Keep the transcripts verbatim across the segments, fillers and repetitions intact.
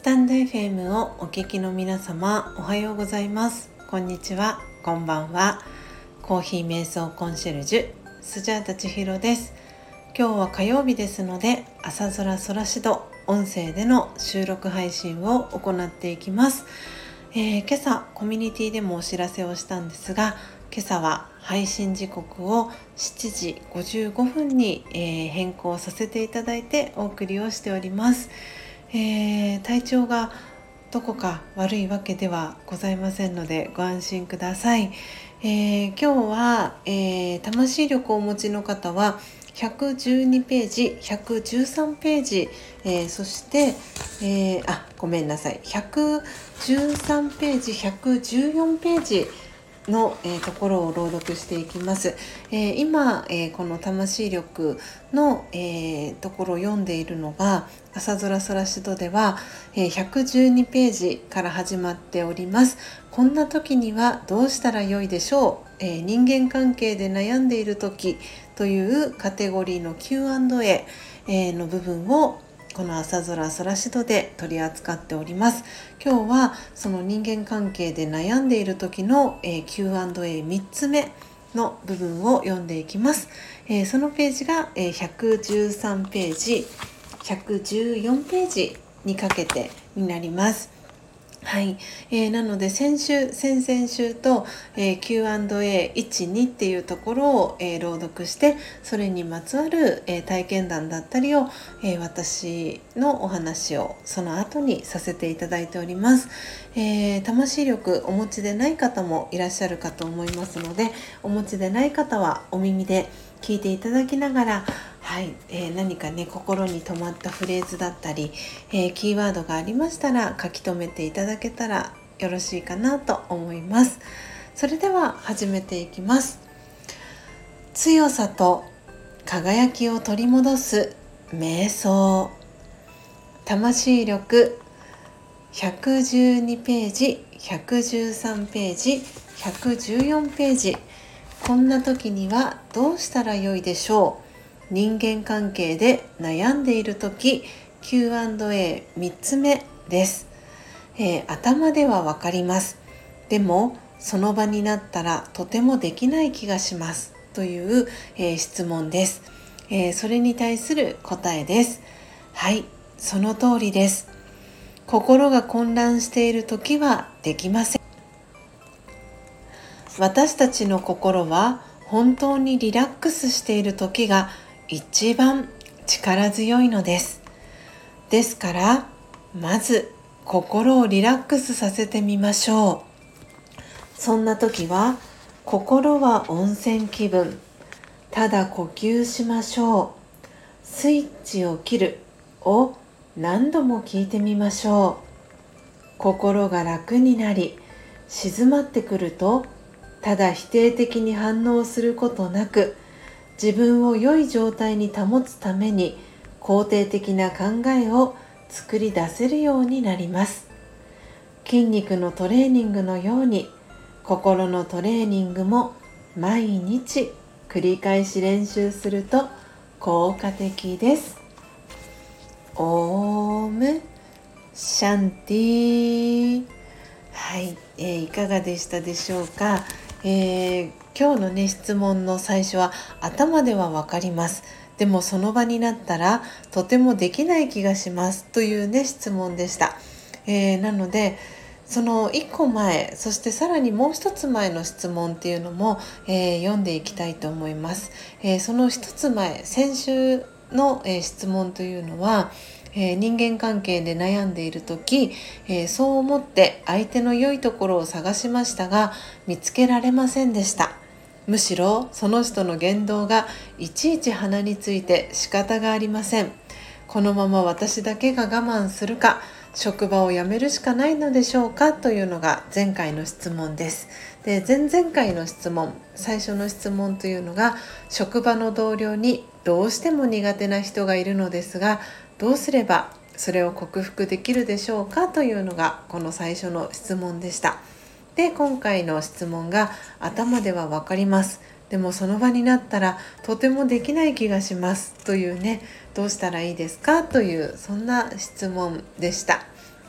タンド エフエム をお聞きの皆様、おはようございます。こんにちは、こんばんは。コーヒー瞑想コンシェルジュスジャータ千尋です。今日は火曜日ですので、朝空空しど音声での収録配信を行っていきます。えー、今朝コミュニティでもお知らせをしたんですが、今朝は配信時刻をしちじごじゅうごふんに、えー、変更させていただいてお送りをしております。えー、体調がどこか悪いわけではございませんのでご安心ください。えー、今日は、えー、魂力をお持ちの方はひゃくじゅうにページ、ひゃくじゅうさんページ、えー、そして、えー、あ、ごめんなさい、ひゃくじゅうさんページ、ひゃくじゅうよんページの、えー、ところを朗読していきます。えー、今、えー、この魂力の、えー、ところを読んでいるのが朝空空しどでは、えー、ひゃくじゅうにページから始まっております。こんな時にはどうしたらよいでしょう、えー、人間関係で悩んでいる時というカテゴリーの キューアンドエー、えー、の部分をこの朝空空しどで取り扱っております。今日はその人間関係で悩んでいる時の、えー、キューアンドエーみっ つ目の部分を読んでいきます。えー、そのページが、えー、ひゃくじゅうさんページ、ひゃくじゅうよんページにかけてになります。はい、えー、なので先週先々週と、えー、キューアンドエーいち、にっていうところを、えー、朗読してそれにまつわる、えー、体験談だったりを、えー、私のお話をその後にさせていただいております。えー、魂力お持ちでない方もいらっしゃるかと思いますので、お持ちでない方はお耳で聞いていただきながら、はい、えー、何かね心に留まったフレーズだったり、えー、キーワードがありましたら書き留めていただけたらよろしいかなと思います。それでは始めていきます。強さと輝きを取り戻す瞑想。魂力ひゃくじゅうにページ、ひゃくじゅうさんページ、ひゃくじゅうよんページ。こんな時にはどうしたらよいでしょう。人間関係で悩んでいる時 キューアンドエーみっ つ目です。えー、頭ではわかります。でもその場になったらとてもできない気がしますという、えー、質問です。えー、それに対する答えです。はい、その通りです。心が混乱している時はできません。私たちの心は本当にリラックスしている時が一番力強いのです。ですから、まず心をリラックスさせてみましょう。そんな時は、心は温泉気分、ただ呼吸しましょう。スイッチを切るを何度も聞いてみましょう。心が楽になり、静まってくると、ただ否定的に反応することなく、自分を良い状態に保つために肯定的な考えを作り出せるようになります。筋肉のトレーニングのように、心のトレーニングも毎日繰り返し練習すると効果的です。オームシャンティ。はい、えー、いかがでしたでしょうか。えー、今日のね質問の最初は頭ではわかります。でもその場になったらとてもできない気がしますというね質問でした。えー、なのでそのいっこまえ、そしてさらにもう一つ前の質問っていうのも、えー、読んでいきたいと思います。えー、その一つ前、先週の、えー、質問というのは、えー、人間関係で悩んでいる時、えー、そう思って相手の良いところを探しましたが見つけられませんでした。むしろその人の言動がいちいち鼻について仕方がありません。このまま私だけが我慢するか、職場を辞めるしかないのでしょうかというのが前回の質問です。で、前々回の質問、最初の質問というのが、職場の同僚にどうしても苦手な人がいるのですが、どうすればそれを克服できるでしょうかというのがこの最初の質問でした。で、今回の質問が、頭ではわかります。でもその場になったらとてもできない気がしますというね、どうしたらいいですかというそんな質問でした。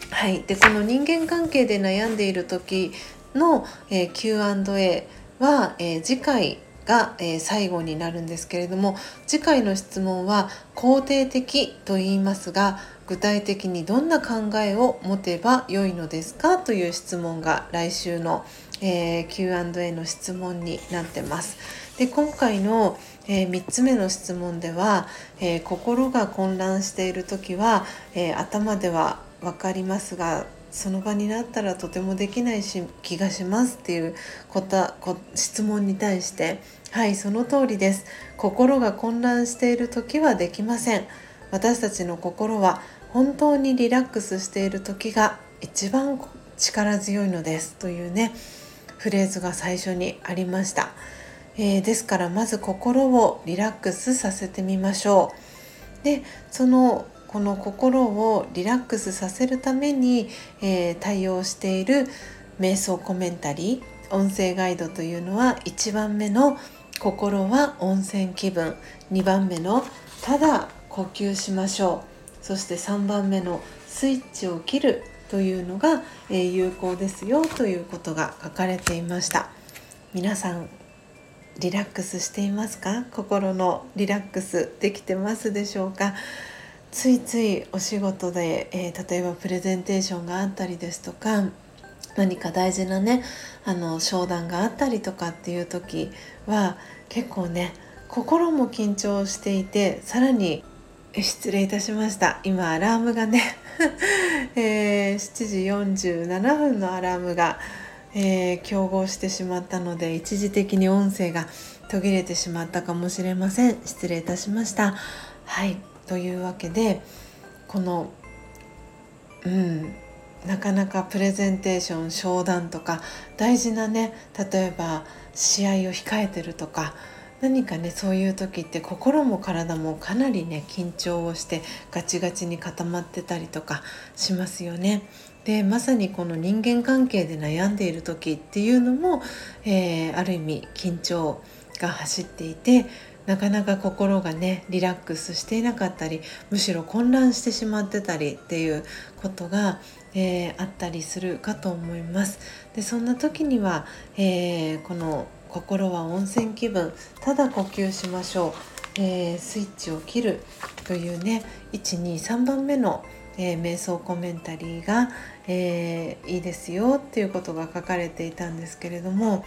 はい、でこの人間関係で悩んでいる時の、えー、キューアンドエー は、えー、次回が、えー、最後になるんですけれども、次回の質問は肯定的と言いますが、具体的にどんな考えを持てば良いのですかという質問が来週の、えー、キューアンドエー の質問になってます。で今回の、えー、みっつめの質問では、えー、心が混乱している時は、えー、頭では分かりますがその場になったらとてもできないし気がしますっていうことこ質問に対して、はい、その通りです。心が混乱している時はできません。私たちの心は本当にリラックスしている時が一番力強いのですというねフレーズが最初にありました。えー、ですからまず心をリラックスさせてみましょう。でそのこの心をリラックスさせるために、えー、対応している瞑想コメンタリー音声ガイドというのは、いちばんめの心は温泉気分、にばんめのただ呼吸しましょう、そしてさんばんめのスイッチを切るというのが、えー、有効ですよということが書かれていました。皆さんリラックスしていますか？心のリラックスできてますでしょうか？ついついお仕事で、えー、例えばプレゼンテーションがあったりですとか、何か大事なねあの商談があったりとかっていう時は結構ね心も緊張していて、さらに失礼いたしました、今アラームがね、えー、しちじよんじゅうななふんのアラームがえー、競合してしまったので一時的に音声が途切れてしまったかもしれません。失礼いたしました。はい、というわけでこのうんなかなかプレゼンテーション商談とか大事なね、例えば試合を控えてるとか何かねそういう時って心も体もかなりね緊張をしてガチガチに固まってたりとかしますよね。でまさにこの人間関係で悩んでいる時っていうのも、えー、ある意味緊張が走っていて、なかなか心がねリラックスしていなかったり、むしろ混乱してしまってたりっていうことが、えー、あったりするかと思います。でそんな時には、えー、この心は温泉気分、ただ呼吸しましょう、えー、スイッチを切るというねいち、に、さんばんめの、えー、瞑想コメンタリーが、えー、いいですよっていうことが書かれていたんですけれども、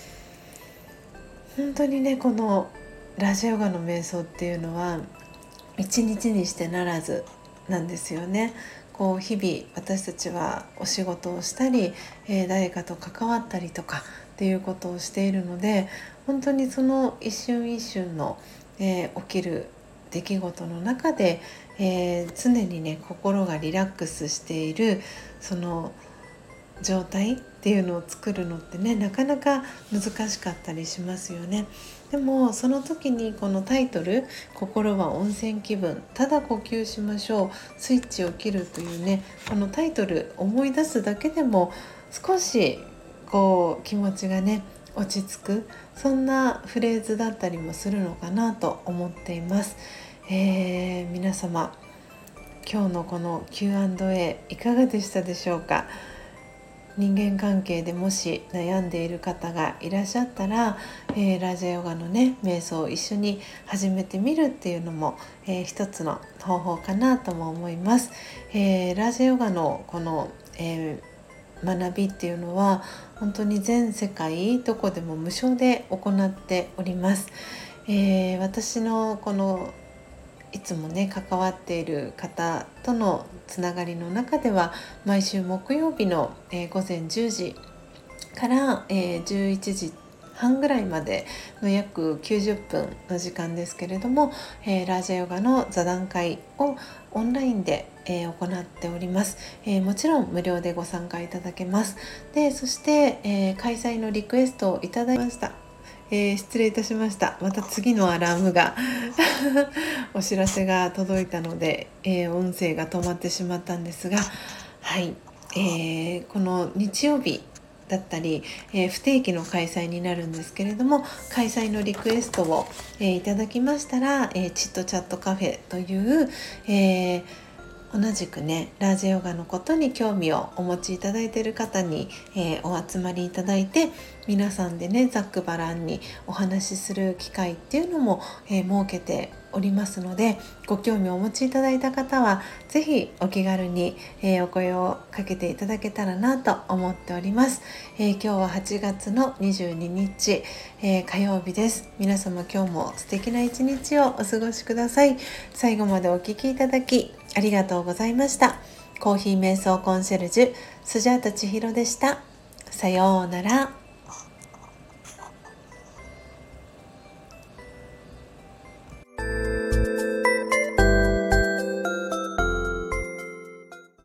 本当にねこのラジオヨガの瞑想っていうのはいちにちにしてならずなんですよね。こう日々私たちはお仕事をしたり、えー、誰かと関わったりとかっていうことをしているので、本当にその一瞬一瞬の、えー、起きる出来事の中で、えー、常にね心がリラックスしているその状態っていうのを作るのってねなかなか難しかったりしますよね。でもその時にこのタイトル心は温泉気分、ただ呼吸しましょう、スイッチを切るというねこのタイトル思い出すだけでも少しこう気持ちがね落ち着く、そんなフレーズだったりもするのかなと思っています。えー、皆様今日のこの キューアンドエー いかがでしたでしょうか。人間関係でもし悩んでいる方がいらっしゃったら、えー、ラジオヨガのね瞑想を一緒に始めてみるっていうのも、えー、一つの方法かなとも思います。えー、ラジオヨガのこの、えー、学びっていうのは本当に全世界どこでも無償で行っております。えー、私のこのいつもね関わっている方とのつながりの中では毎週木曜日の、えー、午前じゅうじから、えー、じゅういちじはんぐらいまでの約きゅうじゅっぷんの時間ですけれども、えー、ラージャヨガの座談会をオンラインで、えー、行っております。えー、もちろん無料でご参加いただけます。でそして、えー、開催のリクエストをいただきました。えー、失礼いたしました。また次のアラームがお知らせが届いたので、えー、音声が止まってしまったんですが、はい、えー、この日曜日だったり、えー、不定期の開催になるんですけれども、開催のリクエストを、えー、いただきましたら、えー、チットチャットカフェという、えー同じくねラージヨガのことに興味をお持ちいただいている方に、えー、お集まりいただいて、皆さんでねざっくばらんにお話しする機会っていうのも、えー、設けておりますので、ご興味をお持ちいただいた方はぜひお気軽に、えー、お声をかけていただけたらなと思っております。えー、今日ははちがつのにじゅうににち、えー、火曜日です。皆様今日も素敵な一日をお過ごしください。最後までお聞きいただきありがとうございました。コーヒー瞑想コンシェルジュスジャータ千尋でした。さようなら。